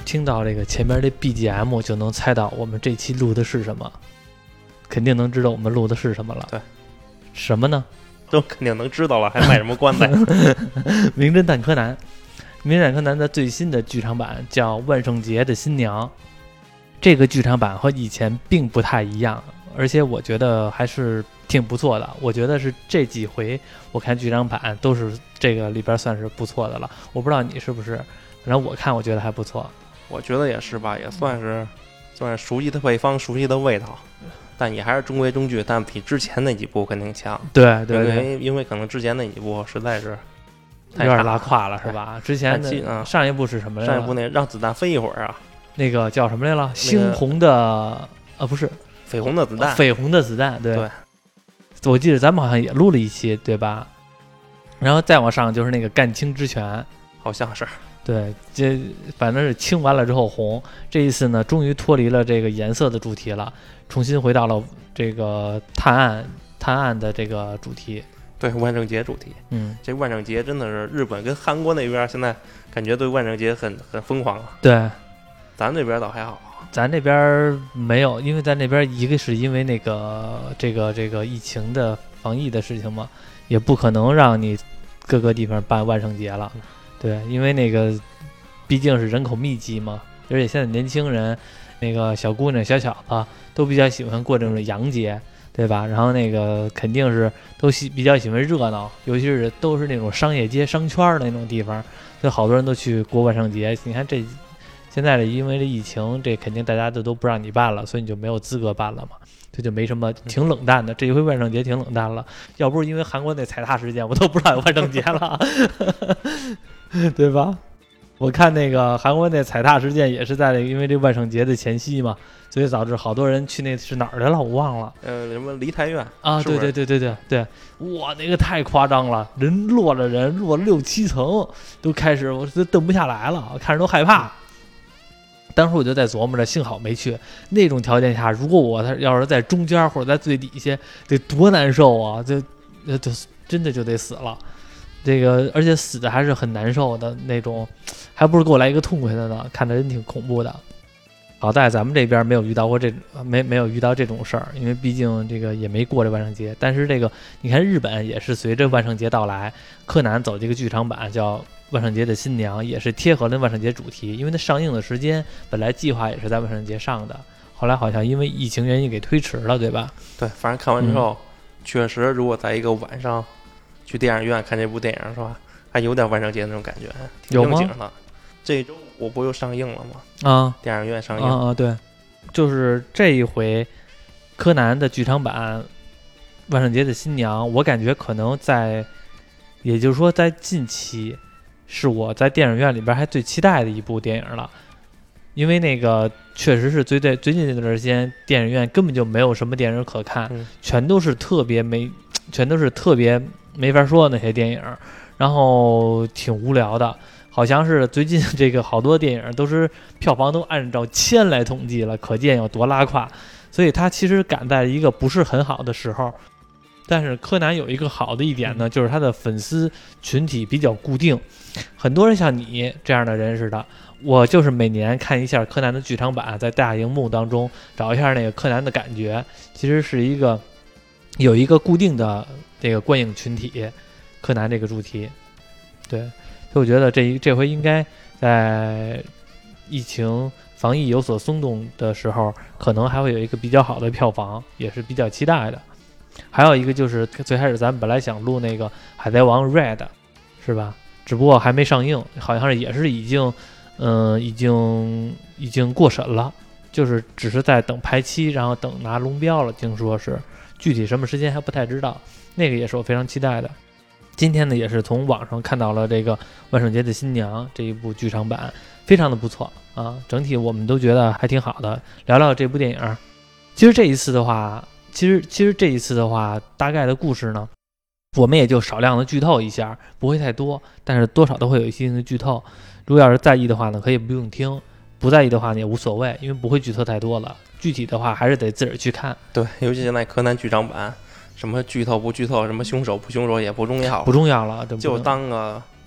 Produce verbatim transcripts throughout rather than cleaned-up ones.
听到这个前面这 B G M 就能猜到我们这期录的是什么，肯定能知道我们录的是什么了。 对， 什么呢？ 都肯定能知道了，还卖什么关子？ 名侦探柯南，名侦探柯南的最新的剧场版叫《万圣节的新娘》，这个剧场版和以前并不太一样，而且我觉得还是挺不错的。我觉得是这几回我看剧场版都是这个里边算是不错的了。我不知道你是不是，反正我看我觉得还不错。 我觉得也是吧，也算是算是熟悉的配方，熟悉的味道。但也还是中规中矩，但比之前那几部肯定强。 对对对， 因为因为可能之前那几部实在是有点拉胯了，是吧？之前的、 嗯、 上一部是什么来着？ 上一部那让子弹飞一会儿啊， 那个叫什么来了？猩红的啊，不是绯红的子弹， 绯红的子弹。对， 对我记得咱们好像也录了一期，对吧？然后再往上就是那个干青之拳， 好像是。 对，这反正是清完了之后红。这一次呢，终于脱离了这个颜色的主题了，重新回到了这个探案探案的这个主题。 对，万圣节主题。 嗯， 这万圣节真的是日本跟韩国那边现在感觉对万圣节很很疯狂了。 对， 咱这边倒还好。 咱这边没有，因为咱那边一个是因为那个这个这个疫情的防疫的事情嘛，也不可能让你各个地方办万圣节了。对，因为那个毕竟是人口密集嘛，而且现在年轻人那个小姑娘小小子都比较喜欢过这种洋节，对吧？然后那个肯定是都喜比较喜欢热闹，尤其是都是那种商业街商圈的那种地方，所以好多人都去过万圣节。你看这现在的因为这疫情，这肯定大家都都不让你办了，所以你就没有资格办了嘛，这就没什么，挺冷淡的。这一回万圣节挺冷淡了，要不是因为韩国那踩踏事件，我都不知道有万圣节了。对吧？我看那个韩国那踩踏事件也是在因为这万圣节的前夕嘛，所以导致好多人去那是哪儿来了？我忘了。 呃，什么梨泰院啊？对对对对对对，哇，那个太夸张了，人落了人，落了六七层，都开始我都蹬不下来了，看着都害怕。当时我就在琢磨着，幸好没去。那种条件下，如果我要是在中间或者在最底下，得多难受啊！就就真的就得死了。这个而且死的还是很难受的那种，还不如给我来一个痛快的呢，看着真挺恐怖的。好在咱们这边没有遇到过这没没有遇到这种事儿，因为毕竟这个也没过这万圣节。但是这个你看日本也是随着万圣节到来，柯南走这个剧场版叫《万圣节的新娘》，也是贴合了万圣节主题，因为它上映的时间本来计划也是在万圣节上的，后来好像因为疫情原因给推迟了，对吧？ 对，反正看完之后，嗯、确实如果在一个晚上去电影院看这部电影是吧，还有点万圣节那种感觉，挺正经的。这周我不又上映了吗？ 啊， 电影院上映啊啊，对，就是这一回柯南的剧场版《万圣节的新娘》，我感觉可能在，也就是说在近期是我在电影院里边还最期待的一部电影了，因为那个确实是最最最近这段时间电影院根本就没有什么电影可看， 嗯、 全都是特别没，全都是特别没法说的那些电影，然后挺无聊的。好像是最近这个好多电影都是票房都按照千来统计了，可见有多拉胯。所以它其实赶在一个不是很好的时候。但是柯南有一个好的一点呢，就是他的粉丝群体比较固定，很多人像你这样的人似的，我就是每年看一下柯南的剧场版，在大荧幕当中找一下那个柯南的感觉，其实是一个有一个固定的这个观影群体，柯南这个主题，对。所以我觉得这一这回应该在疫情防疫有所松动的时候，可能还会有一个比较好的票房，也是比较期待的。还有一个就是最开始咱们本来想录那个《海贼王 Red》，是吧？只不过还没上映，好像是也是已经，嗯、呃，已经已经过审了，就是只是在等排期，然后等拿龙标了。听说是具体什么时间还不太知道，那个也是我非常期待的。今天呢，也是从网上看到了这个《万圣节的新娘》这一部剧场版，非常的不错啊，整体我们都觉得还挺好的。聊聊这部电影，其实这一次的话，其实其实这一次的话，大概的故事呢，我们也就少量的剧透一下，不会太多，但是多少都会有一些的剧透。如果要是在意的话呢，可以不用听；不在意的话呢，也无所谓，因为不会剧透太多了。具体的话，还是得自个儿去看。 对，尤其现在柯南剧场版。什么剧透不剧透，什么凶手不凶手也不重要， 不重要了， 就当个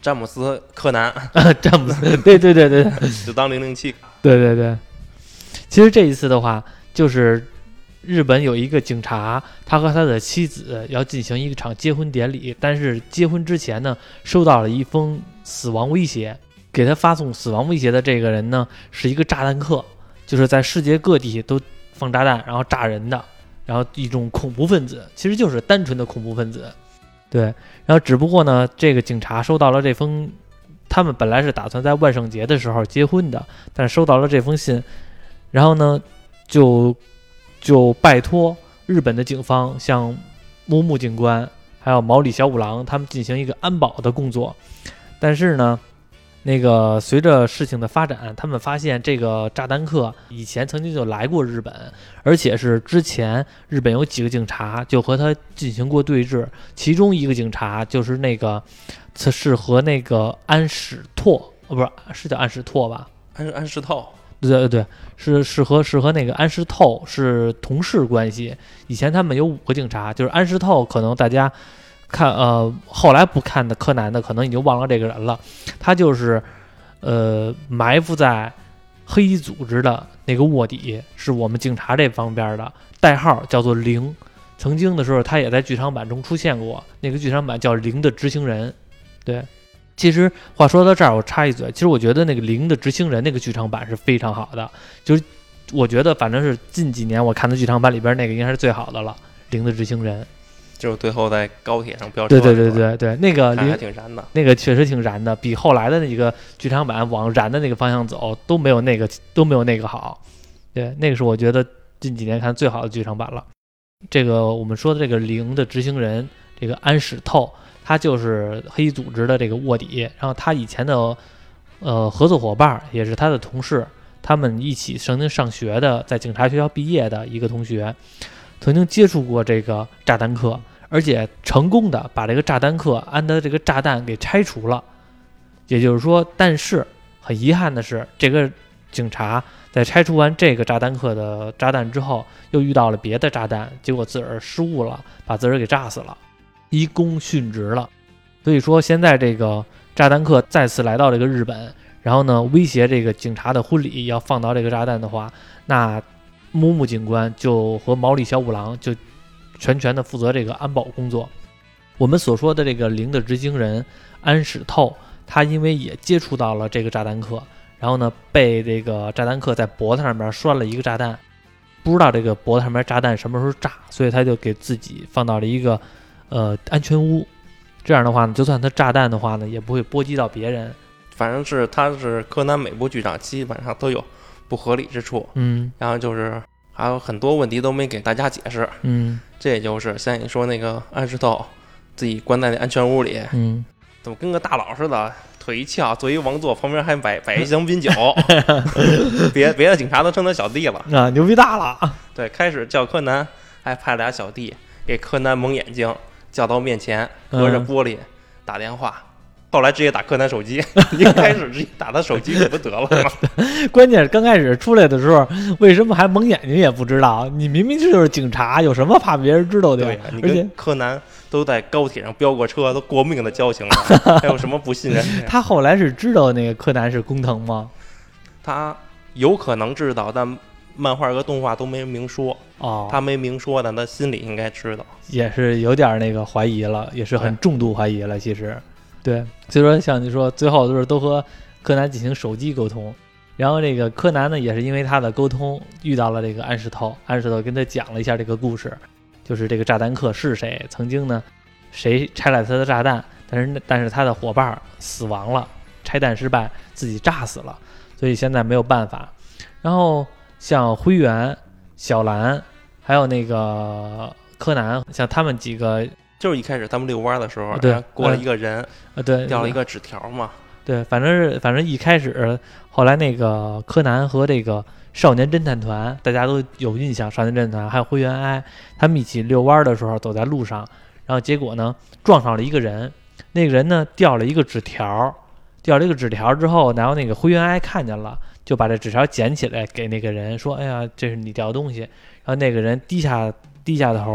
詹姆斯柯南， 詹姆斯，对对对对， 就当零零七。 对对对，其实这一次的话，就是日本有一个警察，他和他的妻子要进行一场结婚典礼，但是结婚之前呢，收到了一封死亡威胁。给他发送死亡威胁的这个人呢，是一个炸弹客，就是在世界各地都放炸弹，然后炸人的，然后一种恐怖分子，其实就是单纯的恐怖分子。对，然后只不过呢，这个警察收到了这封，他们本来是打算在万圣节的时候结婚的，但是收到了这封信，然后呢，就就拜托日本的警方向木木警官还有毛利小五郎他们进行一个安保的工作，但是呢。那个随着事情的发展，他们发现这个炸弹客以前曾经就来过日本，而且是之前日本有几个警察就和他进行过对峙，其中一个警察就是那个是和那个安史拓，哦，不是是叫安史拓吧？ 安安石透， 对对对，是是和是和那个安石透是同事关系。以前他们有五个警察，就是安石透，可能大家。看呃，后来不看的柯南的可能已经忘了这个人了，他就是呃埋伏在黑衣组织的那个卧底，是我们警察这方边的，代号叫做零。曾经的时候他也在剧场版中出现过，那个剧场版叫零的执行人。对，其实话说到这儿我插一嘴，其实我觉得那个零的执行人那个剧场版是非常好的，就是我觉得反正是近几年我看的剧场版里边那个应该是最好的了，零的执行人。 就是最后在高铁上飙车， 对对对对对，那个还挺燃的， 那个确实挺燃的，比后来的那个剧场版往燃的那个方向走都没有那个都没有那个好。对，那个是我觉得近几年看最好的剧场版了。这个我们说的这个零的执行人，这个安史透，他就是黑衣组织的这个卧底，然后他以前的呃合作伙伴也是他的同事，他们一起曾经上学的，在警察学校毕业的一个同学。曾经接触过这个炸弹客，而且成功的把这个炸弹客安的这个炸弹给拆除了。也就是说，但是很遗憾的是，这个警察在拆除完这个炸弹客的炸弹之后，又遇到了别的炸弹，结果自个儿失误了，把自个儿给炸死了，一公殉职了。所以说，现在这个炸弹客再次来到这个日本，然后呢，威胁这个警察的婚礼要放到这个炸弹的话，那。木木警官就和毛利小五郎就全权的负责这个安保工作。我们所说的这个零的执行人安史透，他因为也接触到了这个炸弹客，然后呢被这个炸弹客在脖子上面拴了一个炸弹，不知道这个脖子上面炸弹什么时候炸，所以他就给自己放到了一个呃安全屋。这样的话呢，就算他炸弹的话呢，也不会波及到别人。 反正是他是柯南每部剧场基本上都有不合理之处， 嗯， 然后就是还有很多问题都没给大家解释， 嗯， 这也就是像你说那个安石透自己关在那安全屋里， 嗯， 怎么跟个大佬似的，腿一翘，坐一王座，旁边还摆摆一箱冰酒，别别的警察都称他小弟了啊，牛逼大了。 对，开始叫柯南，还派俩小弟给柯南蒙眼睛，叫到面前，隔着玻璃打电话。嗯，后来直接打柯南手机，一开始直接打他手机可不得了吗？ 关键是刚开始出来的时候，为什么还蒙眼睛也不知道？你明明就是警察，有什么怕别人知道的？ 对，你跟柯南都在高铁上飙过车，都过命的交情了，还有什么不信任？ 他后来是知道那个柯南是工藤吗？ 他有可能知道，但漫画和动画都没明说。 哦， 他没明说，但他心里应该知道。 也是有点那个怀疑了，也是很重度怀疑了，其实。对，所以说像你说，最后都是都和柯南进行手机沟通，然后这个柯南呢，也是因为他的沟通遇到了这个安石透，安石透跟他讲了一下这个故事，就是这个炸弹客是谁，曾经呢谁拆了他的炸弹，但是但是他的伙伴死亡了，拆弹失败，自己炸死了，所以现在没有办法。然后像灰原、小兰还有那个柯南，像他们几个。 就是一开始他们遛弯的时候， 对， 过了一个人， 呃，对， 掉了一个纸条嘛。 对，反正是反正一开始，后来那个柯南和这个少年侦探团，大家都有印象，少年侦探团还有灰原哀，他们一起遛弯的时候走在路上，然后结果呢撞上了一个人，那个人呢掉了一个纸条，掉了一个纸条之后，然后那个灰原哀看见了，就把这纸条捡起来给那个人说：“哎呀，这是你掉的东西。”然后那个人低下低下头。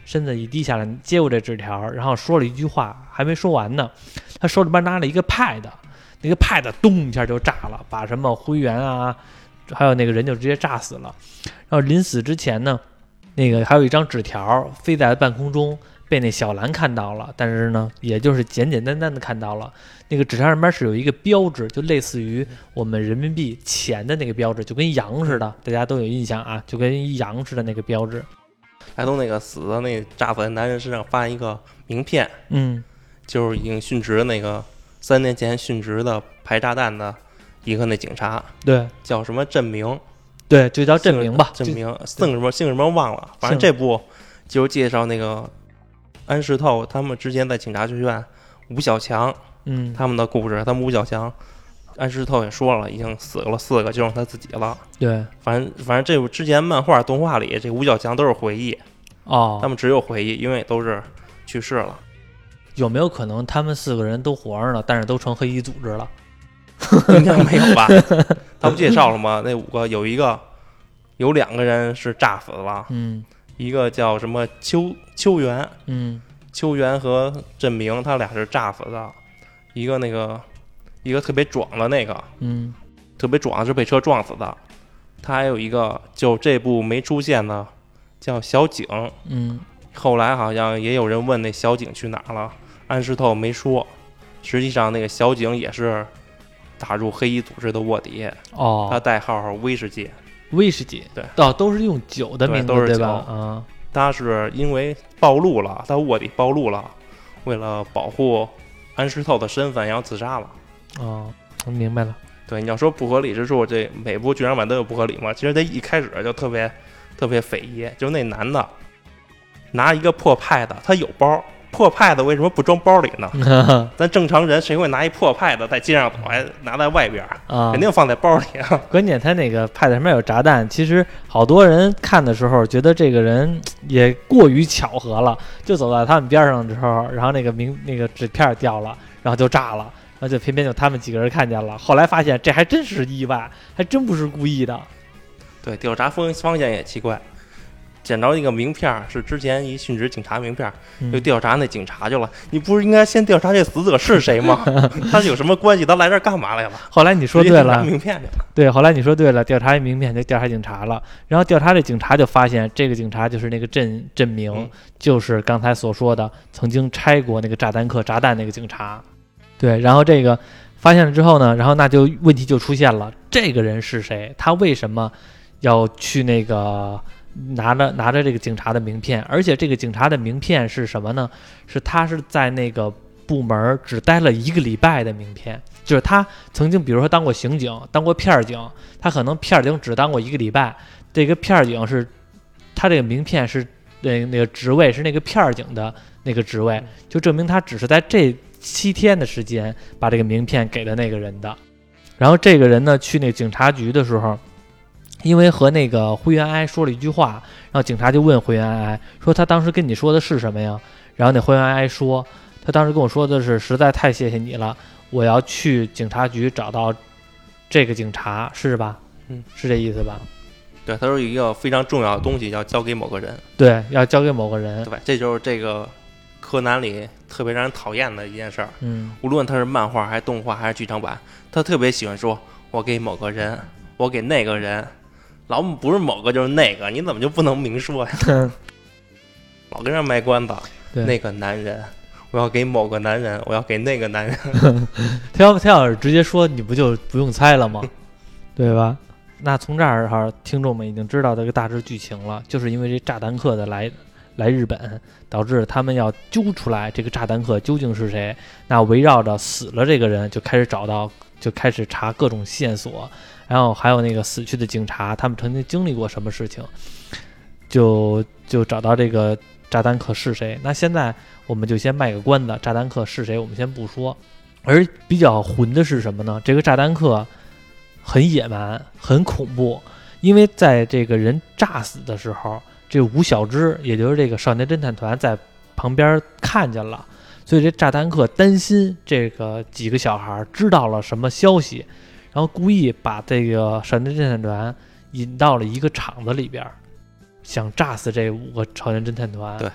身子一低下来，接过这纸条，然后说了一句话，还没说完呢，他手里边拿了一个 pad， 那个 pad 咚一下就炸了，把什么灰原啊，还有那个人就直接炸死了。然后临死之前呢，那个还有一张纸条飞在半空中，被那小兰看到了，但是呢，也就是简简单单的看到了。那个纸条上面是有一个标志，就类似于我们人民币钱的那个标志，就跟羊似的，大家都有印象啊，就跟一羊似的那个标志。 还从那个死的那炸死的男人身上发现一个名片， 嗯， 就是已经殉职那个三年前殉职的排炸弹的一个那警察， 对， 叫什么振明， 对，就叫振明吧， 振明，姓什么姓什么忘了，反正这部就是介绍那个安石透他们之前在警察学院吴小强。 嗯， 他们的故事，他们吴小强，安石透也说了，已经死了四个，就剩他自己了。 对， 反正反正这部之前漫画动画里，这吴小强都是回忆， 哦， 他们只有回忆，因为都是去世了。 有没有可能他们四个人都活着呢，但是都成黑衣组织了？ 应该没有吧？他不介绍了吗？那五个有一个，有两个人是炸死了， 嗯， 一个叫什么秋秋元， 嗯， 秋元和振明，他俩是炸死的。一个那个，一个特别壮的那个， 嗯， 特别壮的是被车撞死的。他还有一个，就这部没出现的，叫小景。 嗯， 后来好像也有人问那小景去哪儿了，安石透没说。实际上那个小景也是打入黑衣组织的卧底。 哦， 他代号威士忌。 威士忌， 对， 哦，都是用酒的名字， 对，都是酒， 对吧？啊， 他是因为暴露了，他卧底暴露了，为了保护安石透的身份，然后自杀了。 哦，我明白了。 对，你要说不合理之处，这每部剧场版都有不合理吗？其实他一开始就特别特别匪夷，就那男的拿一个破pad，他有包，破pad为什么不装包里呢？咱正常人谁会拿一破pad在街上走，还拿在外边啊？肯定放在包里啊。 关键他那个pad上面有炸弹，其实好多人看的时候觉得这个人也过于巧合了，就走在他们边上之后，然后那个名那个纸片掉了，然后就炸了。然后就偏偏就他们几个人看见了，后来发现这还真是意外，还真不是故意的。 对，调查方方向也奇怪，捡着一个名片，是之前一殉职警察名片，就调查那警察去了。嗯、你不是应该先调查这死者是谁吗？他有什么关系？他来这儿干嘛来了？ 后来你说对了， 名片去了。 对，后来你说对了，调查一名片就调查警察了，然后调查这警察就发现这个警察就是那个振振明、嗯，就是刚才所说的曾经拆过那个炸弹客炸弹那个警察。对，然后这个发现了之后呢，然后那就问题就出现了，这个人是谁？他为什么要去那个拿着拿着这个警察的名片？而且这个警察的名片是什么呢？是他是在那个部门只待了一个礼拜的名片，就是他曾经比如说当过刑警，当过片警，他可能片警只当过一个礼拜，这个片警是他这个名片是那那个职位是那个片警的那个职位，就证明他只是在这七天的时间把这个名片给了那个人的。然后这个人呢去那个警察局的时候，因为和那个灰原哀说了一句话，然后警察就问灰原哀说他当时跟你说的是什么呀？然后那灰原哀说他当时跟我说的是实在太谢谢你了，我要去警察局找到这个警察，是吧？ 嗯， 是这意思吧？ 对，他说有一个非常重要的东西要交给某个人， 对，要交给某个人， 对吧？这就是这个柯南里特别让人讨厌的一件事儿。 嗯， 无论他是漫画还是动画还是剧场版，他特别喜欢说我给某个人，我给那个人，老母不是某个就是那个，你怎么就不能明说呀？老跟人卖关子，那个男人我要给某个男人，我要给那个男人。 他要他要是直接说，你不就不用猜了吗？对吧？那从这儿哈，听众们已经知道这个大致剧情了，就是因为这炸弹客的来来日本，导致他们要揪出来这个炸弹客究竟是谁。那围绕着死了这个人，就开始找到，就开始查各种线索，然后还有那个死去的警察，他们曾经经历过什么事情，就就找到这个炸弹客是谁。那现在我们就先卖个关子，炸弹客是谁我们先不说。而比较混的是什么呢？这个炸弹客很野蛮，很恐怖，因为在这个人炸死的时候，这吴小芝也就是这个少年侦探团在旁边看见了，所以这炸弹客担心这个几个小孩知道了什么消息，然后故意把这个少年侦探团引到了一个厂子里边，想炸死这五个少年侦探团。 对，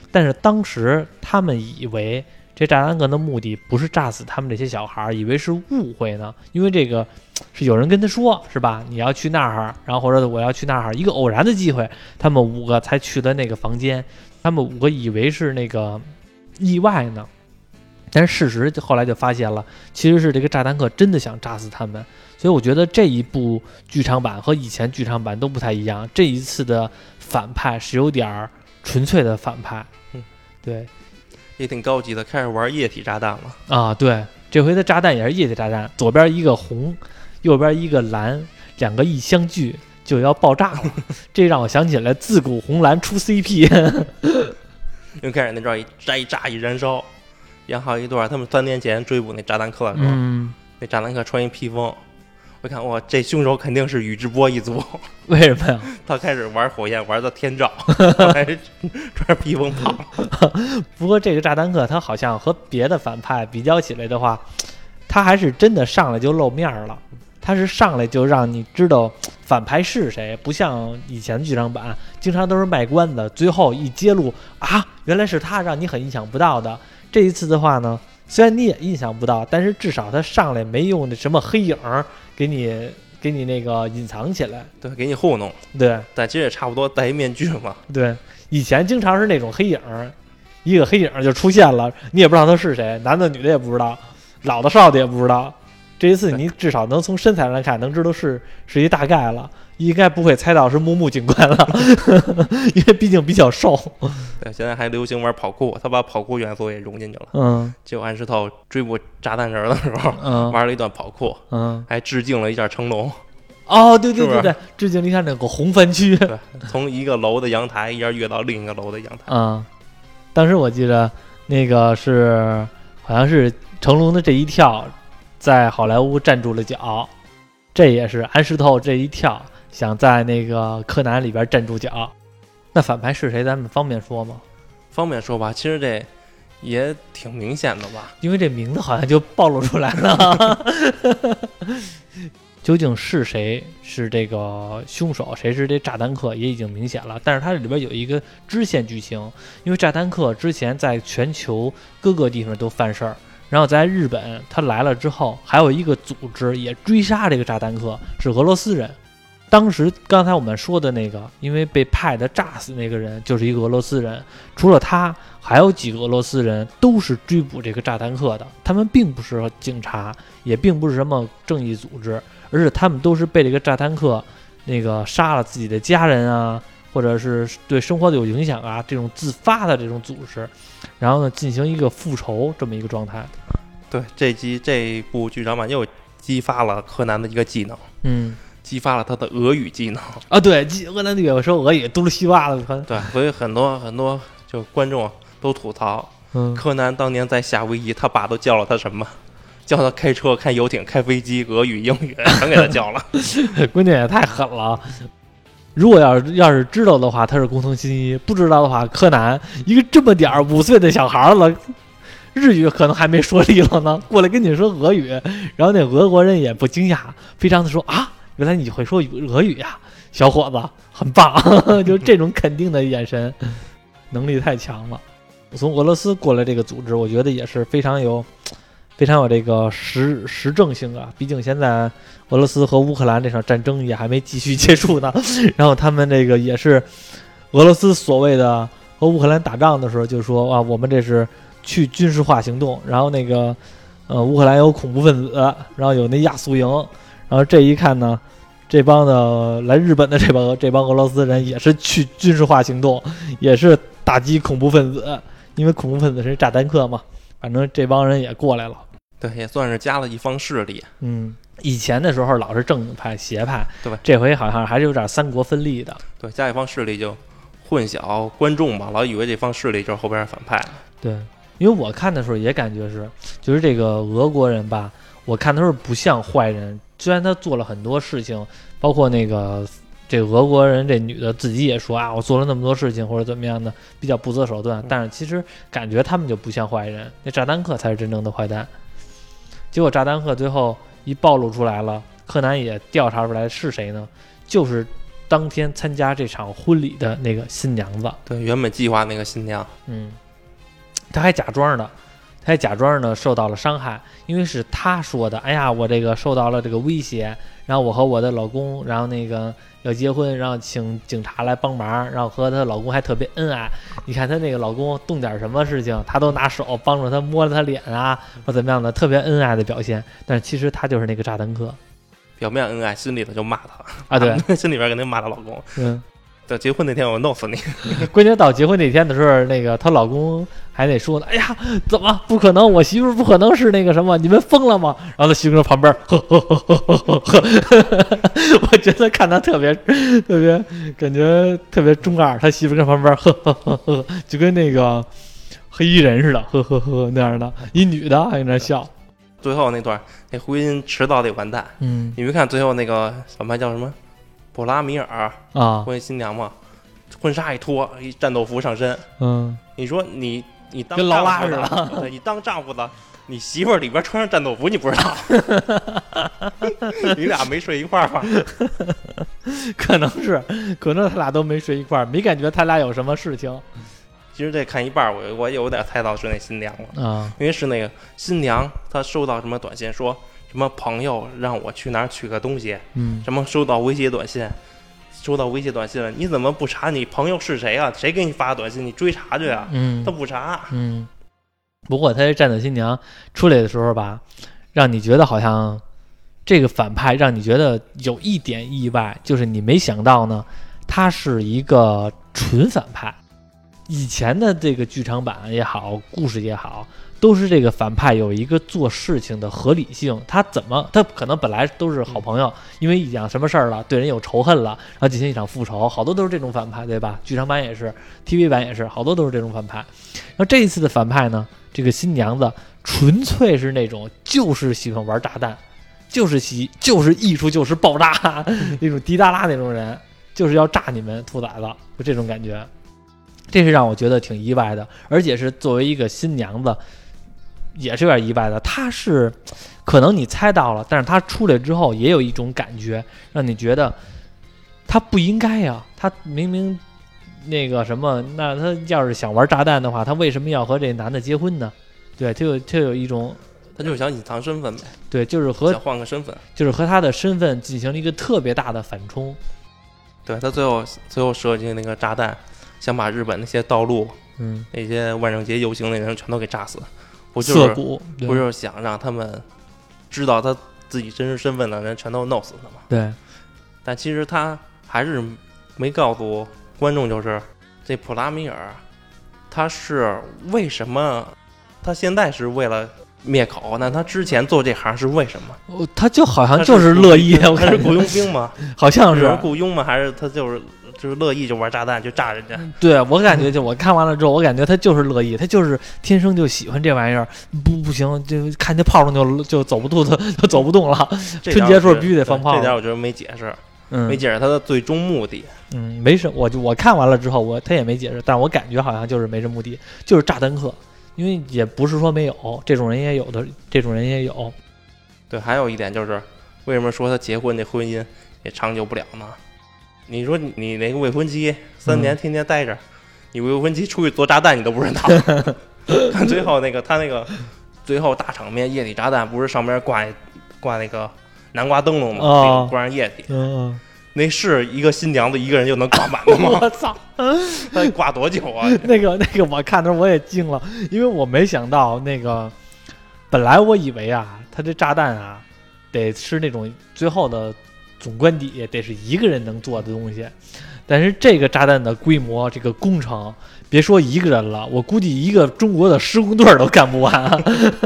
但是当时他们以为这炸弹客的目的不是炸死他们这些小孩，以为是误会呢，因为这个是有人跟他说，是吧？你要去那儿，然后或者我要去那儿，一个偶然的机会，他们五个才去了那个房间，他们五个以为是那个意外呢。但是事实后来就发现了，其实是这个炸弹客真的想炸死他们。所以我觉得这一部剧场版和以前剧场版都不太一样，这一次的反派是有点纯粹的反派。 嗯， 对， 也挺高级的，开始玩液体炸弹了啊。对，这回的炸弹也是液体炸弹，左边一个红，右边一个蓝，两个一相聚就要爆炸了。这让我想起来自古红蓝出 C P。 因为开始那招一炸一炸一燃烧，演好一段他们三年前追捕那炸弹客的时候， 嗯， 那炸弹客穿一披风，我看哇，这凶手肯定是宇智波一族。 为什么呀？ 他开始玩火焰玩到天照，还是穿披风跑。 不过这个炸弹客他好像和别的反派比较起来的话，他还是真的上来就露面了。他是上来就让你知道反派是谁，不像以前剧场版经常都是卖关子，最后一揭露啊，原来是他，让你很意想不到的。这一次的话呢，虽然你也意想不到，但是至少他上来没用那什么黑影给你给你那个隐藏起来， 对，给你糊弄。 对， 但其实也差不多戴一面具嘛。 对，以前经常是那种黑影，一个黑影就出现了，你也不知道他是谁，男的女的也不知道，老的少的也不知道。这一次你至少能从身材上看，能知道是是一大概了，应该不会猜到是木木警官了，因为毕竟比较瘦。 对，现在还流行玩跑酷，他把跑酷元素也融进去了。 嗯， 结果安石头追捕炸弹人的时候， 嗯， 玩了一段跑酷， 嗯， 还致敬了一下成龙。 哦，对对对对，致敬了一下那个红番区。 对，从一个楼的阳台一下跃到另一个楼的阳台。 嗯，当时我记得那个是好像是成龙的这一跳，在好莱坞站住了脚，这也是安石头这一跳想在那个柯南里边站住脚。那反派是谁咱们方便说吗？ 方便说吧，其实这也挺明显的吧， 因为这名字好像就暴露出来了。究竟是谁是这个凶手，谁是这炸弹客也已经明显了，但是它这里边有一个支线剧情，因为炸弹客之前在全球各个地方都犯事儿，然后在日本他来了之后，还有一个组织也追杀这个炸弹客，是俄罗斯人。当时刚才我们说的那个因为被派的炸死那个人就是一个俄罗斯人，除了他还有几个俄罗斯人都是追捕这个炸弹客的，他们并不是警察，也并不是什么正义组织，而是他们都是被这个炸弹客那个杀了自己的家人啊，或者是对生活有影响啊，这种自发的这种组织，然后呢进行一个复仇这么一个状态。 对，这集这部剧场版又激发了柯南的一个技能， 嗯， 激发了他的俄语技能啊，对，柯南有说俄语，嘟噜西哇的， 对，所以很多很多就观众都吐槽， 嗯， 柯南当年在夏威夷，他爸都教了他什么？教他开车、开游艇、开飞机，俄语、英语全给他教了。 关键也太狠了。如果要是要是知道的话，他是工藤新一；不知道的话，柯南一个这么点儿五岁的小孩了，日语可能还没说利落呢，过来跟你说俄语，然后那俄国人也不惊讶，非常的说啊，原来你会说俄语呀，小伙子，很棒，就这种肯定的眼神，能力太强了。从俄罗斯过来这个组织，我觉得也是非常有。非常有这个实实证性啊！毕竟现在俄罗斯和乌克兰这场战争也还没继续结束呢。然后他们这个也是俄罗斯所谓的和乌克兰打仗的时候就说啊，我们这是去军事化行动。然后那个呃乌克兰有恐怖分子，然后有那亚速营，然后这一看呢，这帮的来日本的这帮这帮俄罗斯人也是去军事化行动，也是打击恐怖分子，因为恐怖分子是炸弹客嘛。反正这帮人也过来了。 对，也算是加了一方势力。 嗯，以前的时候老是正派邪派， 对吧？ 这回好像还是有点三国分立的。 对，加一方势力就混淆观众嘛，老以为这方势力就是后边反派。 对，因为我看的时候也感觉是，就是这个俄国人吧，我看的时候不像坏人，虽然他做了很多事情，包括那个这个俄国人这女的自己也说啊，我做了那么多事情或者怎么样的，比较不择手段。但是其实感觉他们就不像坏人，那炸弹客才是真正的坏蛋。结果炸弹客最后一暴露出来了，柯南也调查出来是谁呢？就是当天参加这场婚礼的那个新娘子。 对，原本计划那个新娘， 嗯，她还假装的，她还假装呢受到了伤害，因为是她说的，哎呀，我这个受到了这个威胁，然后我和我的老公，然后那个要结婚，然后请警察来帮忙，然后和她老公还特别恩爱。你看她那个老公动点什么事情，她都拿手帮助她摸了她脸啊，或怎么样的，特别恩爱的表现。但是其实她就是那个炸弹客。 表面恩爱，心里头就骂他啊，对， 心里边肯定骂她老公。 嗯， 等结婚那天我弄死你。 关键到结婚那天的时候，那个她老公还得说呢，哎呀，怎么不可能？我媳妇不可能是那个什么，你们疯了吗？然后她媳妇旁边，呵呵呵呵呵呵，我觉得看他特别特别，感觉特别中二。他媳妇跟旁边，呵呵呵呵，就跟那个黑衣人似的，呵呵呵那样的，一女的还在那笑。 最后那段那婚姻迟早得完蛋。 嗯， 你没看最后那个反派叫什么？普拉米尔啊， 婚新娘嘛，婚纱一脱，一战斗服上身。 嗯， 你说你你当跟劳拉似的，对，你当丈夫的，你媳妇儿里边穿上战斗服，你不知道？你俩没睡一块儿吧？ 可能是，可能他俩都没睡一块儿，没感觉他俩有什么事情。 其实这看一半，我我有点猜到是那新娘了啊， 因为是那个新娘，她收到什么短信说什么朋友让我去哪儿取个东西， 嗯， 什么收到威胁短信，收到威胁短信了，你怎么不查你朋友是谁啊？谁给你发短信？你追查去啊？ 嗯， 他不查。 嗯，不过他这战斗新娘出来的时候吧，让你觉得好像这个反派让你觉得有一点意外，就是你没想到呢，他是一个纯反派。以前的这个剧场版也好，故事也好，都是这个反派有一个做事情的合理性。他怎么，他可能本来都是好朋友，因为一讲什么事儿了，对人有仇恨了，然后进行一场复仇，好多都是这种反派，对吧？剧场版也是 ，T V 版也是，好多都是这种反派。然后这一次的反派呢，这个新娘子纯粹是那种就是喜欢玩炸弹，就是喜就是艺术就是爆炸那种滴答啦那种人，就是要炸你们兔崽子，就这种感觉。这是让我觉得挺意外的，而且是作为一个新娘子，也是有点意外的。她是可能你猜到了，但是她出来之后也有一种感觉，让你觉得她不应该呀。她明明那个什么，那她要是想玩炸弹的话，她为什么要和这男的结婚呢？对，就有就有一种， 她就是想隐藏身份呗。 对，就是和想换个身份， 就是和她的身份进行了一个特别大的反冲。 对，她最后最后设计那个炸弹。想把日本那些道路， 嗯， 那些万圣节游行的人全都给炸死，不就是不就是想让他们知道他自己真实身份的人全都弄死他吗？ 对， 但其实他还是没告诉观众，就是这普拉米尔，他是为什么？他现在是为了灭口，那他之前做这行是为什么？ 哦、他就好像就是乐意， 他是雇佣兵吗？ 好像是雇佣吗？还是他就是？就是乐意就玩炸弹就炸人家， 对我感觉就我看完了之后，我感觉他就是乐意，他就是天生就喜欢这玩意儿，不不行就看见炮仗就就走不动，就就走不动了。春节时候必须得放炮， 这点我觉得没解释， 嗯， 没解释他的最终目的。 嗯，没什，我就我看完了之后，我他也没解释，但我感觉好像就是没什么目的，就是炸弹客，因为也不是说没有这种人也有的，这种人也有。 对，还有一点就是，为什么说他结婚这婚姻也长久不了呢？你说你你那个未婚妻三年天天待着，嗯、你未婚妻出去做炸弹你都不知道。看最后那个他那个最后大场面液体炸弹不是上面挂挂那个南瓜灯笼吗？ 哦、 挂上液体， 嗯， 那是一个新娘子一个人就能挂满的吗？ 我操， 那挂多久啊？ 那个那个我看的时候我也惊了，因为我没想到那个，本来我以为啊，他这炸弹啊得是那种最后的。总官邸得是一个人能做的东西，但是这个炸弹的规模，这个工程，别说一个人了，我估计一个中国的施工队都干不完。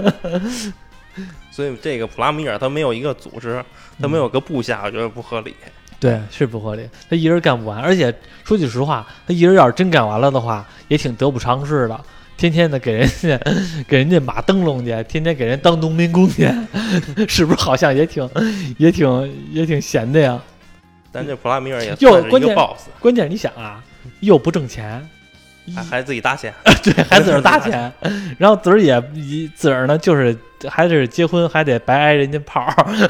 所以这个普拉米尔他没有一个组织，他没有个部下，我觉得不合理。 对，是不合理，他一人干不完，而且说句实话，他一人要是真干完了的话，也挺得不偿失的。天天的给人家给人家码灯笼去，天天给人当农民工去，是不是好像也挺也挺也挺闲的呀？ 但这普拉米尔也算是一个 boss。 关键你想啊，又不挣钱， 还还自己搭钱， 对，还自个儿搭钱，然后自个儿也一自个儿呢，就是还是结婚还得白挨人家炮，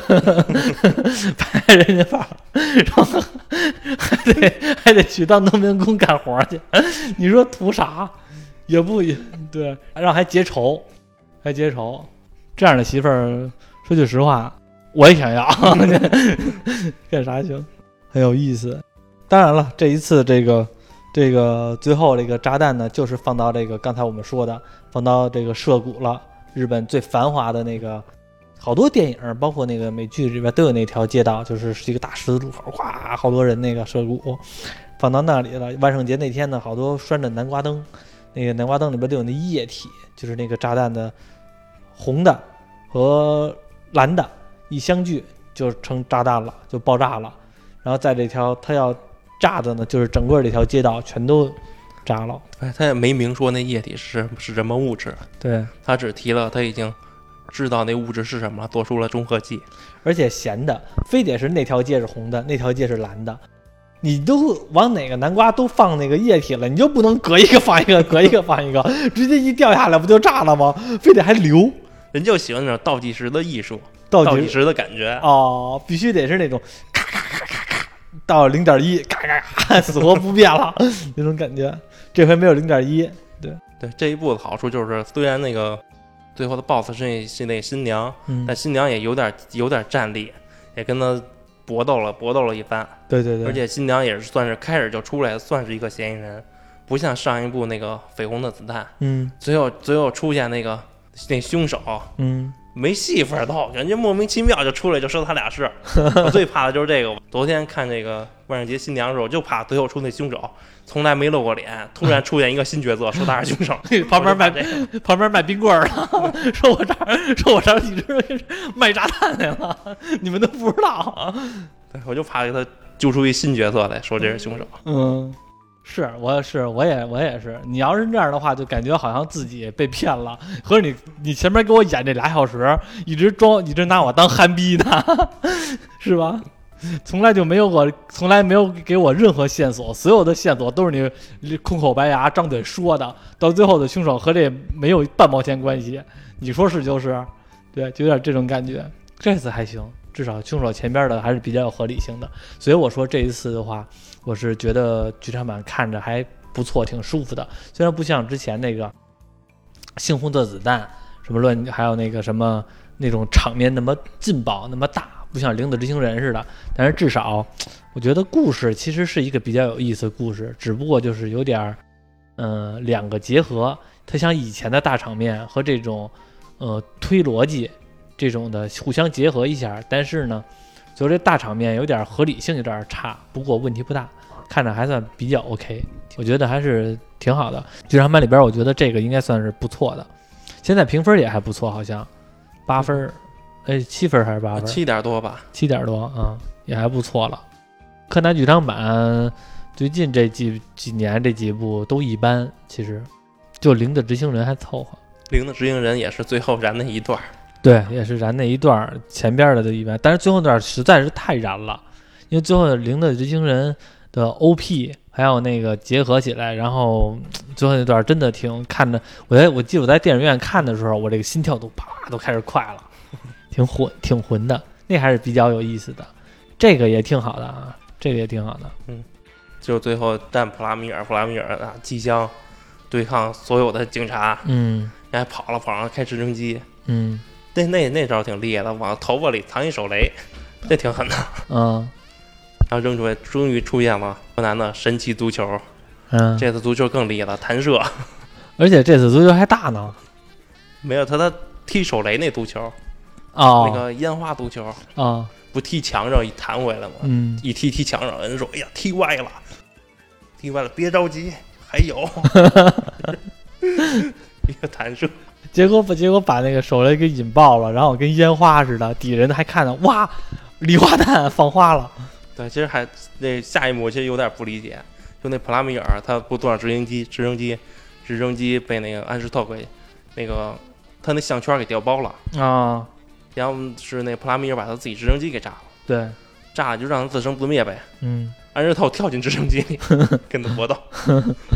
白挨人家炮，然后还得还得去当农民工干活去，你说图啥？也不也对，然后还结仇，还结仇，这样的媳妇儿，说句实话，我也想要，干啥行？很有意思。当然了，这一次这个。这个最后这个炸弹呢，就是放到这个刚才我们说的，放到这个涉谷了，日本最繁华的那个，好多电影，包括那个美剧里边都有那条街道，就是是一个大十字路口，哗，好多人那个涉谷放到那里了。万圣节那天呢，好多拴着南瓜灯，那个南瓜灯里边都有那液体，就是那个炸弹的红的和蓝的一相聚就成炸弹了，就爆炸了。然后在这条它要炸的呢，就是整个这条街道全都炸了。 哎，他也没明说那液体是是什么物质， 对， 他只提了他已经知道那物质是什么，做出了中和剂， 而且咸的，非得是那条街是红的，那条街是蓝的。你都往哪个南瓜都放那个液体了，你就不能隔一个放一个，隔一个放一个，直接一掉下来不就炸了吗？非得还留。 人就喜欢那种倒计时的艺术， 倒计时的感觉哦，必须得是那种咔咔咔咔咔到零点一，咔咔咔，死活不变了那种感觉。这回没有零点一，对对，这一部的好处就是，虽然那个最后的 boss 是那是那新娘， 嗯、 但新娘也有点有点战力，也跟他搏斗了搏斗了一番。 对对对， 而且新娘也是算是开始就出来，算是一个嫌疑人，不像上一部那个绯红的子弹， 嗯， 最后最后出现那个那凶手， 嗯。 没戏法都，感觉莫名其妙就出来就说他俩是。我最怕的就是这个。昨天看这个万圣节新娘的时候，就怕最后出那凶手从来没露过脸，突然出现一个新角色，说他是凶手。 旁边卖旁边卖冰棍儿了，说我这儿说我这儿一直卖炸弹来了，你们都不知道。 对，我就怕给他揪出一新角色来说这是凶手。 嗯。是，我是，我也，我也是。你要是这样的话，就感觉好像自己被骗了。合着你，你前面给我演这俩小时，一直装，一直拿我当憨逼呢，是吧？从来就没有过，从来没有给我任何线索，所有的线索都是你空口白牙、张嘴说的。到最后的凶手和这没有半毛钱关系，你说是就是，对，就有点这种感觉。这次还行，至少凶手前边的还是比较有合理性的。所以我说这一次的话。我是觉得剧场版看着还不错，挺舒服的。虽然不像之前那个《猩红的子弹》什么乱，还有那个什么那种场面那么劲爆那么大，不像《零的执行人》似的。但是至少，我觉得故事其实是一个比较有意思的故事，只不过就是有点，嗯、呃，两个结合。它像以前的大场面和这种，呃，推逻辑这种的互相结合一下，但是呢。就这大场面有点合理性有点差，不过问题不大，看着还算比较 OK， 我觉得还是挺好的。剧场版里边我觉得这个应该算是不错的，现在评分也还不错，好像八分，哎，七分还是八分？ 七点多吧， 七点多啊、嗯，也还不错了。柯南剧场版最近这几几年这几部都一般，其实就零的执行人还凑合， 零的执行人也是最后燃那一段。 对，也是燃那一段，前边的都一般，但是最后那段实在是太燃了，因为最后零的执行人的 O P 还有那个结合起来，然后最后那段真的挺看着，我在我记得我在电影院看的时候，我这个心跳都啪都开始快了，挺混挺混的，那还是比较有意思的，这个也挺好的啊，这个也挺好的， 嗯，就最后战普拉米尔，普拉米尔啊即将对抗所有的警察， 嗯， 然后跑了跑上开直升机， 嗯。 那那那招挺厉害的，往头发里藏一手雷，这挺狠的。 嗯， 然后扔出来，终于出现了柯南的神奇足球。 嗯， 这次足球更厉害了，弹射。 而且这次足球还大呢。 没有他，他踢手雷那足球， 哦， 那个烟花足球啊、 哦， 不踢墙上一弹回来吗？ 嗯， 一踢踢墙上，人说：“哎呀，踢歪了，踢歪了，别着急，还有。”一个弹射。 结果把结果把那个手雷给引爆了，然后跟烟花似的，底人还看到哇，礼花弹放花了。 对，其实还那下一幕其实有点不理解，就那普拉米尔他不坐上直升机，直升机直升机被那个安石特给那个他那项圈给调包了啊， 然后是那普拉米尔把他自己直升机给炸了， 对， 炸了就让他自生自灭呗。 嗯， 安石特跳进直升机里跟他搏斗。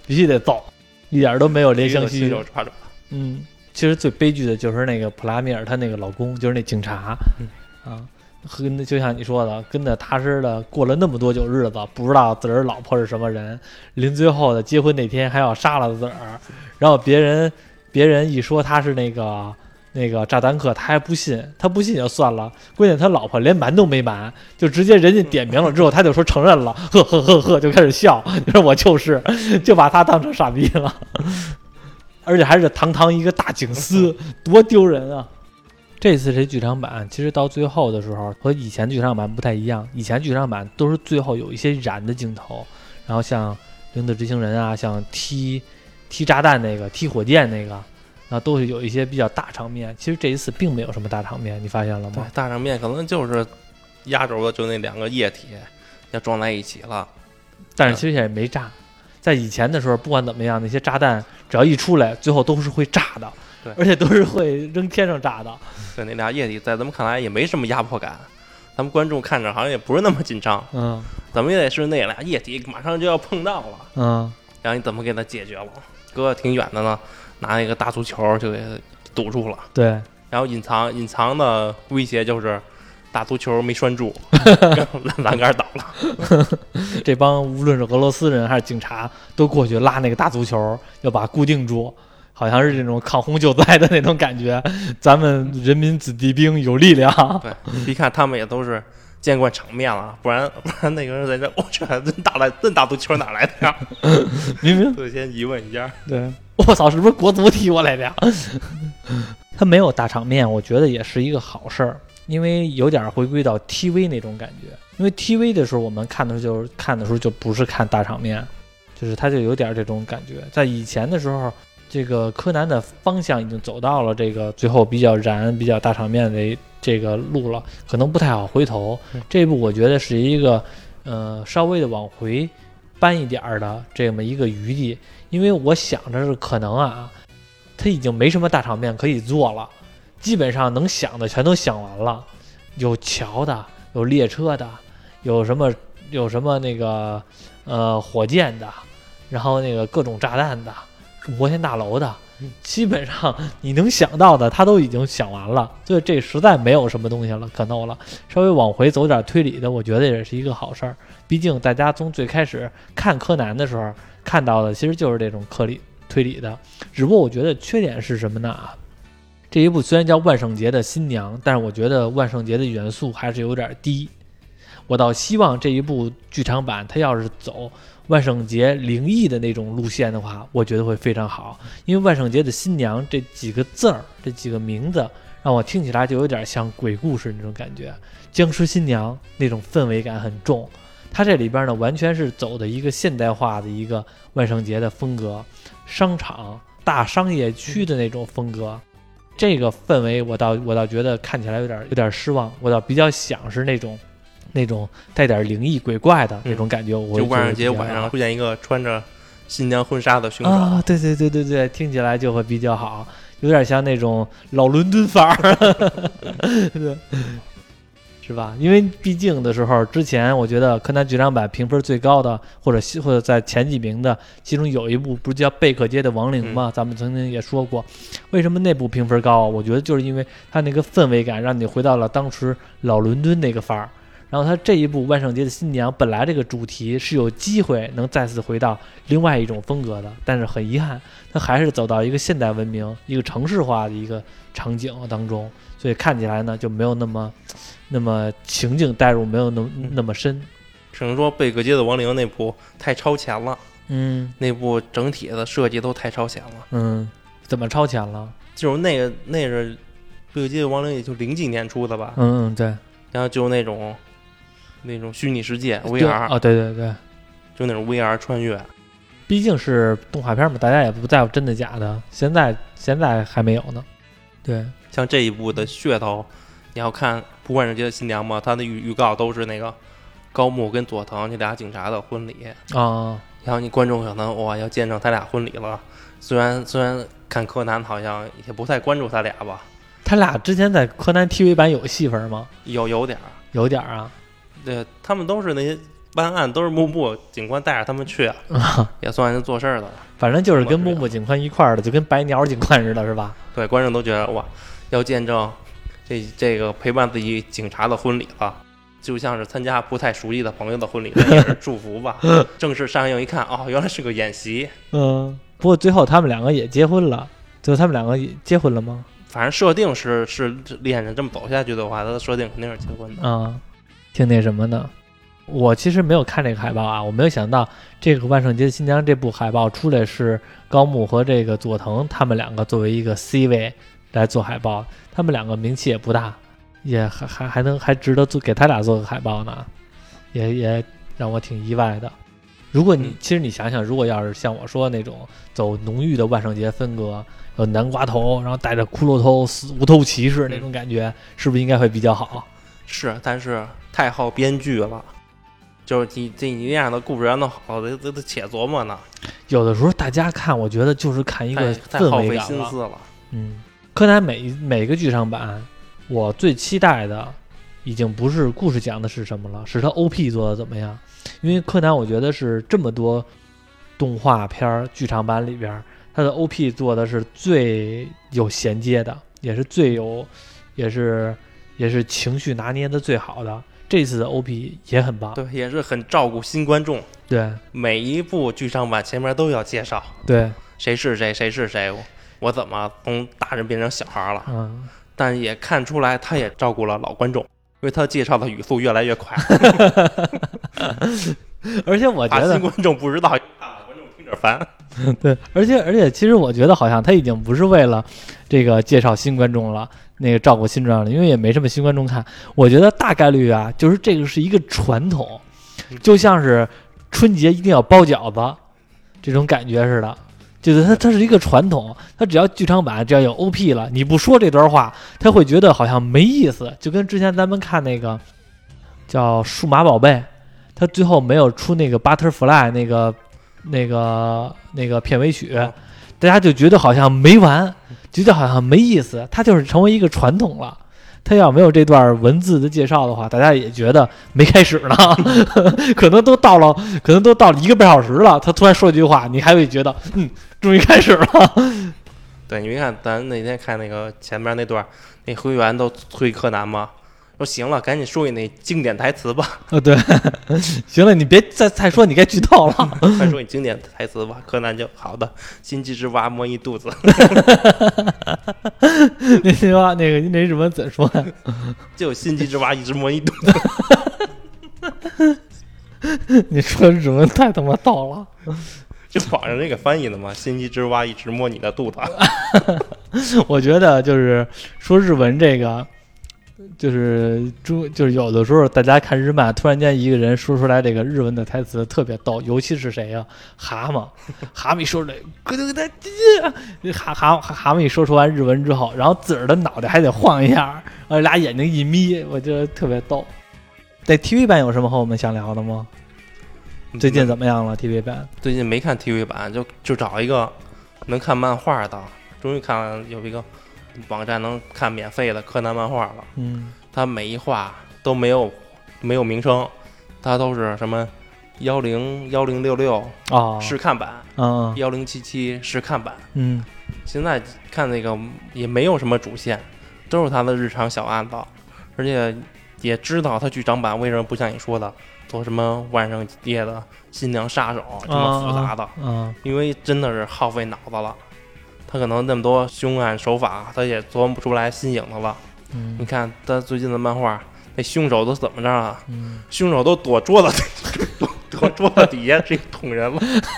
必须得揍，一点都没有怜香惜玉。嗯，其实最悲剧的就是那个普拉米尔她那个老公，就是那警察， 嗯、 啊，跟就像你说的，跟着踏实的过了那么多久日子，不知道自个儿老婆是什么人，临最后的结婚那天还要杀了自个儿，然后别人别人一说他是那个那个炸弹客，他还不信，他不信就算了，关键他老婆连瞒都没瞒，就直接人家点名了之后，他就说承认了，呵呵呵呵，就开始笑，你说我就是，就把他当成傻逼了，而且还是堂堂一个大警司，多丢人啊！这次这剧场版其实到最后的时候和以前剧场版不太一样，以前剧场版都是最后有一些燃的镜头，然后像零的执行人啊，像踢踢炸弹那个，踢火箭那个，然后都是有一些比较大场面。其实这一次并没有什么大场面，你发现了吗？ 对，大场面可能就是压轴的就那两个液体要撞在一起了， 但是其实也没炸。在以前的时候，不管怎么样，那些炸弹只要一出来，最后都是会炸的。 对， 而且都是会扔天上炸的。 对，那俩液体在咱们看来也没什么压迫感，咱们观众看着好像也不是那么紧张。 嗯， 怎么也得是那俩液体马上就要碰到了。 嗯， 然后你怎么给它解决了？隔挺远的呢，拿一个大足球就给堵住了。 对， 然后隐藏隐藏的威胁就是大足球没拴住，栏杆倒了。 这帮无论是俄罗斯人还是警察，都过去拉那个大足球，要把固定住。好像是这种抗洪救灾的那种感觉，咱们人民子弟兵有力量。 对，一看他们也都是见惯场面了，不然不然那个人在这，我去，真打来真打足球哪来的呀？ 明明得先疑问一下。 对，我操，是不是国足踢过来的呀？他没有大场面，我觉得也是一个好事儿，因为有点回归到 T V 那种感觉。因为 T V 的时候，我们看的时候就是看的时候就不是看大场面，就是他就有点这种感觉。在以前的时候。这个柯南的方向已经走到了这个最后比较燃、比较大场面的这个路了，可能不太好回头。这一部我觉得是一个，呃，稍微的往回搬一点的这么一个余地，因为我想着是可能啊，他已经没什么大场面可以做了，基本上能想的全都想完了，有桥的，有列车的，有什么有什么那个呃火箭的，然后那个各种炸弹的。摩天大楼的，基本上你能想到的，他都已经想完了，所以这实在没有什么东西了可弄了。稍微往回走点推理的，我觉得也是一个好事儿。毕竟大家从最开始看柯南的时候看到的，其实就是这种科理推理的。只不过我觉得缺点是什么呢？这一部虽然叫万圣节的新娘，但是我觉得万圣节的元素还是有点低。我倒希望这一部剧场版它要是走万圣节灵异的那种路线的话，我觉得会非常好。因为万圣节的新娘这几个字儿，这几个名字让我听起来就有点像鬼故事那种感觉，僵尸新娘那种氛围感很重。它这里边呢完全是走的一个现代化的一个万圣节的风格，商场大商业区的那种风格，这个氛围我倒我倒觉得看起来有点有点失望，我倒比较想是那种那种带点灵异鬼怪的那种感觉。我就万圣节晚上出现一个穿着新娘婚纱的凶手啊，对对对对对，听起来就会比较好，有点像那种老伦敦范儿，对，是吧？因为毕竟的时候，之前我觉得柯南剧场版评分最高的，或者或者在前几名的，其中有一部不是叫贝克街的亡灵吗？嗯、咱们曾经也说过，为什么那部评分高啊？我觉得就是因为它那个氛围感，让你回到了当时老伦敦那个范儿。然后他这一部万圣节的新娘本来这个主题是有机会能再次回到另外一种风格的，但是很遗憾他还是走到一个现代文明一个城市化的一个场景当中，所以看起来呢就没有那么那么情境带入没有那么那么深。 只能说贝克街的亡灵那部太超前了， 嗯， 那部整体的设计都太超前了。 嗯，怎么超前了？ 就是那个那是贝克街的亡灵也就零几年出的吧， 嗯嗯对， 然后就那种那种虚拟世界 V R 哦，对对对， 就那种 V R 穿越。 毕竟是动画片嘛，大家也不在乎真的假的，现在现在还没有呢。对， 像这一部的噱头，你要看不万圣节的新娘嘛，它的预预告都是那个高木跟佐藤这俩警察的婚礼啊、哦， 然后你观众可能哇要见证他俩婚礼了。虽然虽然看柯南好像也不太关注他俩吧。 他俩之前在柯南 T V 版有戏份吗？ 有有点儿， 有点儿啊。 对，他们都是那些办案都是木木警官带着他们去，也算是做事儿的。 反正就是跟木木警官一块儿的，就跟白鸟警官似的，是吧？ 对，观众都觉得哇，要见证这这个陪伴自己警察的婚礼了，就像是参加不太熟悉的朋友的婚礼，也是祝福吧。正式上映一看，哦，原来是个演习。 嗯，不过最后他们两个也结婚了，最后他们两个也结婚了吗？ 反正设定是是恋人这么走下去的话，他的设定肯定是结婚的。 啊、嗯，挺那什么的。我其实没有看这个海报啊，我没有想到这个万圣节新娘这部海报出来是高木和这个佐藤他们两个作为一个 C 位来做海报，他们两个名气也不大，也还还还能还值得做给他俩做个海报呢，也也让我挺意外的。如果你、嗯、其实你想想，如果要是像我说那种走浓郁的万圣节风格，有南瓜头，然后戴着骷髅头、无头骑士那种感觉，嗯、是不是应该会比较好？ 是，但是太耗编剧了。就是你这你那样的故事要弄好，得得得且琢磨呢。 有的时候大家看，我觉得就是看一个氛围感了，太耗费心思了。 嗯，柯南每每个剧场版，我最期待的已经不是故事讲的是什么了，是他 O P 做的怎么样。因为柯南我觉得是这么多动画片剧场版里边，他的 O P 做的是最有衔接的，也是最有，也是也是情绪拿捏的最好的。这次的 O P 也很棒， 对，也是很照顾新观众。 对， 每一部剧场版前面都要介绍， 对， 谁是谁，谁是谁，我怎么从大人变成小孩了。 嗯， 但也看出来，他也照顾了老观众，因为他介绍的语速越来越快。 而且我觉得新观众不知道，大观众听着烦。 对，而且而且，其实我觉得好像他已经不是为了这个介绍新观众了，那个照顾新观众了，因为也没什么新观众看。我觉得大概率啊，就是这个是一个传统，就像是春节一定要包饺子这种感觉似的，就是它它是一个传统，它只要剧场版只要有 O P 了，你不说这段话，他会觉得好像没意思，就跟之前咱们看那个叫《数码宝贝》，他最后没有出那个 Butterfly 那个。那个那个片尾曲，大家就觉得好像没完，觉得好像没意思，它就是成为一个传统了。他要没有这段文字的介绍的话，大家也觉得没开始呢，可能都到了，可能都到了一个半小时了，他突然说一句话，你还会觉得，嗯，终于开始了。 对，你没看咱那天看那个前面那段，那会员都催柯南吗？说行了，赶紧说你那经典台词吧。 呃、哦，对，行了，你别再再说，你该剧透了。 快说你经典台词吧。柯南就好的，心机之蛙摸一肚子。 那句话，那个那日文怎说呀？ 就心机之蛙一直摸一肚子。 你说日文太他妈逗了。 就网上那个翻译的嘛，心机之蛙一直摸你的肚子。 我觉得就是说日文这个。就是中，就是有的时候大家看日漫，突然间一个人说出来这个日文的台词特别逗，尤其是谁呀、啊？蛤蟆，蛤蟆说这，蛤蛤蛤蟆说出完日文之后，然后自个儿的脑袋还得晃一下，呃，俩眼睛一眯，我觉得特别逗。在 T V 版有什么和我们想聊的吗？最近怎么样了 ？T V 版最近没看 T V 版，就就找一个能看漫画的，终于看有一个。网站能看免费的柯南漫画了， 嗯， 它每一话都没有没有名称，它都是什么幺零幺零六六啊试看版， 嗯， 幺零七七试看版， 嗯， 现在看那个也没有什么主线，都是他的日常小案子，而且也知道他剧场版为什么不像你说的做什么万圣节的新娘杀手这么复杂的， 嗯、啊啊， 因为真的是耗费脑子了。他可能那么多凶案手法，他也琢磨不出来新颖的了。 嗯， 你看他最近的漫画，那凶手都怎么着啊？ 嗯， 凶手都躲桌子，躲躲桌子底下这个捅人了，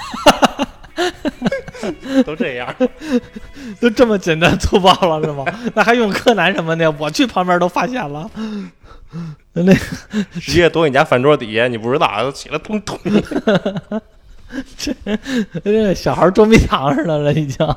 都这样， 都这么简单粗暴了是吗？那还用柯南什么的？我去旁边都发现了，那直接躲你家饭桌底下，你不知道，起来捅捅。 这这小孩捉迷藏似的了，已经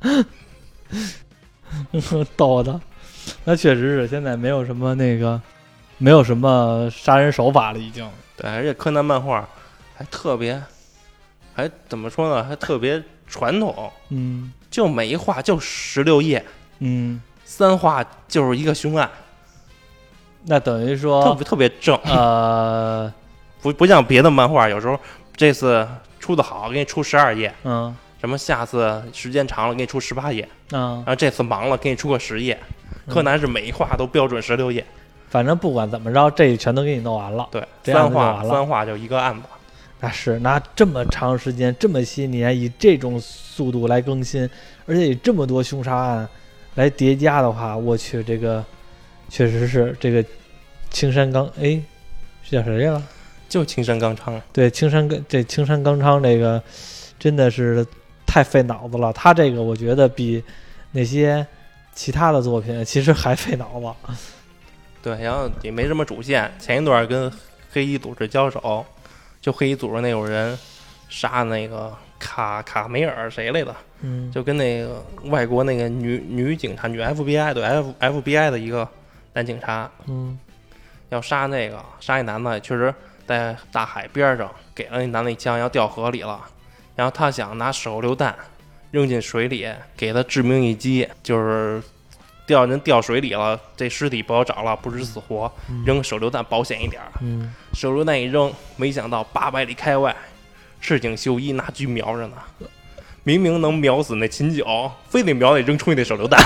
逗的。那确实是现在没有什么那个，没有什么杀人手法了，已经。 对，而且柯南漫画还特别，还怎么说呢？还特别传统。 嗯， 就每一话就十六页， 嗯， 三话就是一个凶案。 那等于说特别特别正。 呃， 不不像别的漫画，有时候这次出的好，给你出十二页， 嗯， 什么下次时间长了给你出十八页， 嗯， 然后这次忙了给你出个十页。柯南是每一话都标准十六页， 反正不管怎么着，这全都给你弄完了。 对， 这样三就完了。 话三话就一个案子。 那是拿这么长时间、这么些年以这种速度来更新，而且以这么多凶杀案来叠加的话，我去，这个确实是这个青山刚哎，是叫谁了？ 就青山刚昌。 对，青山这青山刚昌这个真的是太费脑子了。他这个我觉得比那些其他的作品其实还费脑子。 对，然后也没什么主线。前一段跟黑衣组织交手，就黑衣组织那有人杀那个卡卡梅尔谁来的， 嗯， 就跟那个外国那个女女警察，女 F B I 对 F F B I 的一个男警察， 嗯， 要杀那个杀一男的，确实在大海边上给了那男的一枪，要掉河里了，然后他想拿手榴弹扔进水里，给他致命一击，就是掉人掉水里了，这尸体不好找了，不知死活， 嗯、 扔手榴弹保险一点。 嗯， 手榴弹一扔，没想到八百里开外，赤井秀一拿狙瞄着呢，明明能瞄死那秦九，非得瞄那扔出去那手榴弹，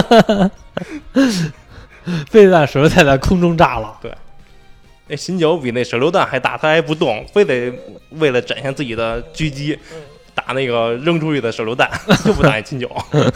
非得让手榴弹在空中炸了。 对，那秦九比那手榴弹还大，他还不动，非得为了展现自己的狙击。打那个扔出去的手榴弹，就不打那秦九。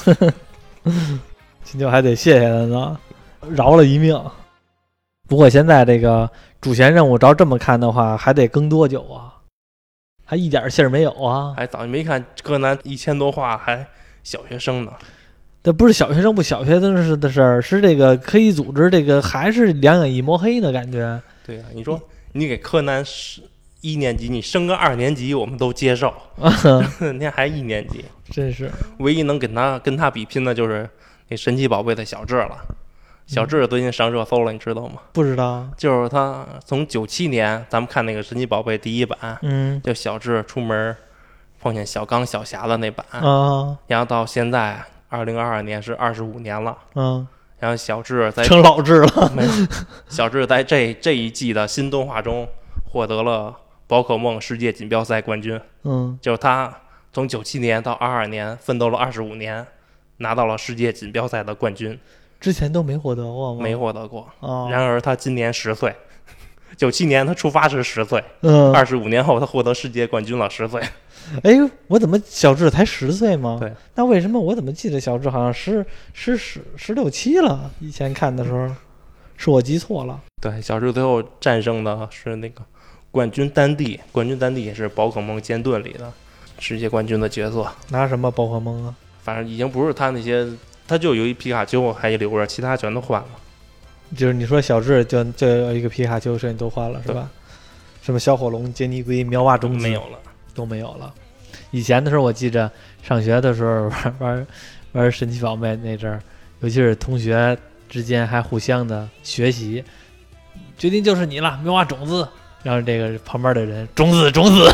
秦九还得谢谢他呢，饶了一命。不过现在这个主线任务，照这么看的话，还得更多久啊？还一点信儿没有啊？ 还早，你没看柯南一千多话，还小学生呢。 这不是小学生不小学生的事儿，是这个黑衣组织这个还是两眼一抹黑的感觉。 对啊，你说你给柯南是一年级，你升个二年级我们都接受，那还一年级， 真是唯一能跟他跟他比拼的就是那神奇宝贝的小智了。小智最近上热搜了，你知道吗？ 不知道， 就是他从九七年咱们看那个神奇宝贝第一版， 嗯， 就小智出门碰见小刚小霞的那版啊， 然后到现在二零二二年是二十五年了， 嗯， 然后小智在成老智了， 没小智在这这一季的新动画中获得了宝可梦世界锦标赛冠军， 嗯， 就是他从九七年到二二年奋斗了二十五年，拿到了世界锦标赛的冠军。 之前都没获得过吗？ 没获得过。 哦、 然而他今年十岁，九七年他出发时十岁， 嗯， 二十五年后他获得世界冠军了，十岁。 哎，我怎么小智才十岁吗？ 对， 那为什么我怎么记得小智好像十十十十六七了？以前看的时候，是我记错了。 对，小智最后战胜的是那个冠军丹帝，冠军丹帝也是宝可梦剑盾里的世界冠军的角色。 拿什么宝可梦啊？ 反正已经不是他那些，他就有一皮卡丘还留着，其他全都换了。 就是你说小智就就有一个皮卡丘，剩下都换了是吧？什么小火龙、杰尼龟、苗蛙种子没有了， 都没有了。以前的时候，我记着上学的时候玩玩玩神奇宝贝那阵儿，尤其是同学之间还互相的学习，决定就是你了，苗蛙种子。然后这个旁边的人种子种子。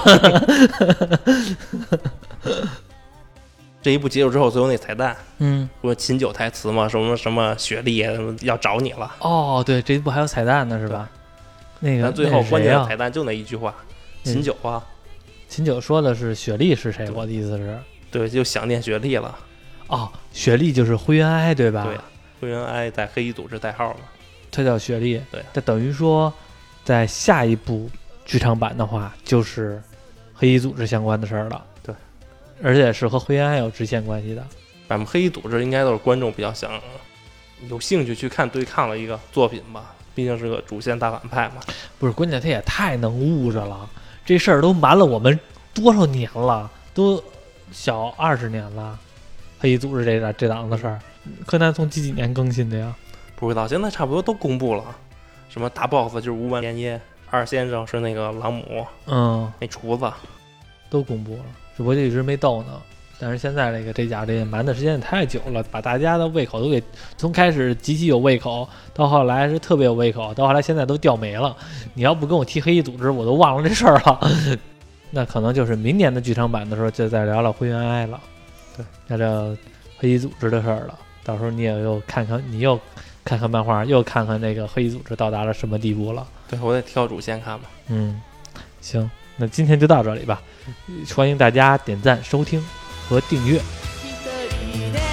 这一部结束之后，最后那彩蛋， 嗯， 不是秦九台词嘛，什么什么雪莉要找你了。 哦，对，这一部还有彩蛋呢，是吧？那个， 但最后关键的的彩蛋就那一句话，秦九啊。 秦九说的是雪莉是谁？我的意思是， 对，就想念雪莉了。 哦，雪莉就是灰原哀对吧？ 对，灰原哀在黑衣组织代号嘛， 他叫雪莉。 对， 这等于说，在下一部剧场版的话，就是黑衣组织相关的事儿了。 对， 而且是和灰原哀有直线关系的。 咱们黑衣组织应该都是观众比较想有兴趣去看对抗的一个作品吧，毕竟是个主线大反派嘛。 不是，关键他也太能悟着了。这事儿都瞒了我们多少年了，都小二十年了。黑衣组织这这档子事儿，柯南从几几年更新的呀？ 不知道，现在差不多都公布了。什么大 boss 就是无丸连叶，二先生是那个朗姆， 嗯， 那厨子都公布了，只不过就一直没到呢。但是现在这个这家这瞒的时间也太久了，把大家的胃口都给从开始极其有胃口，到后来是特别有胃口，到后来现在都掉没了。你要不跟我提黑衣组织，我都忘了这事儿了。那可能就是明年的剧场版的时候，就再聊聊灰原哀了。 对， 那这黑衣组织的事儿了，到时候你也又看看，你又看看漫画，又看看那个黑衣组织到达了什么地步了。 对，我得挑主线看吧。 嗯， 行，那今天就到这里吧，欢迎大家点赞、收听和订阅。 一人で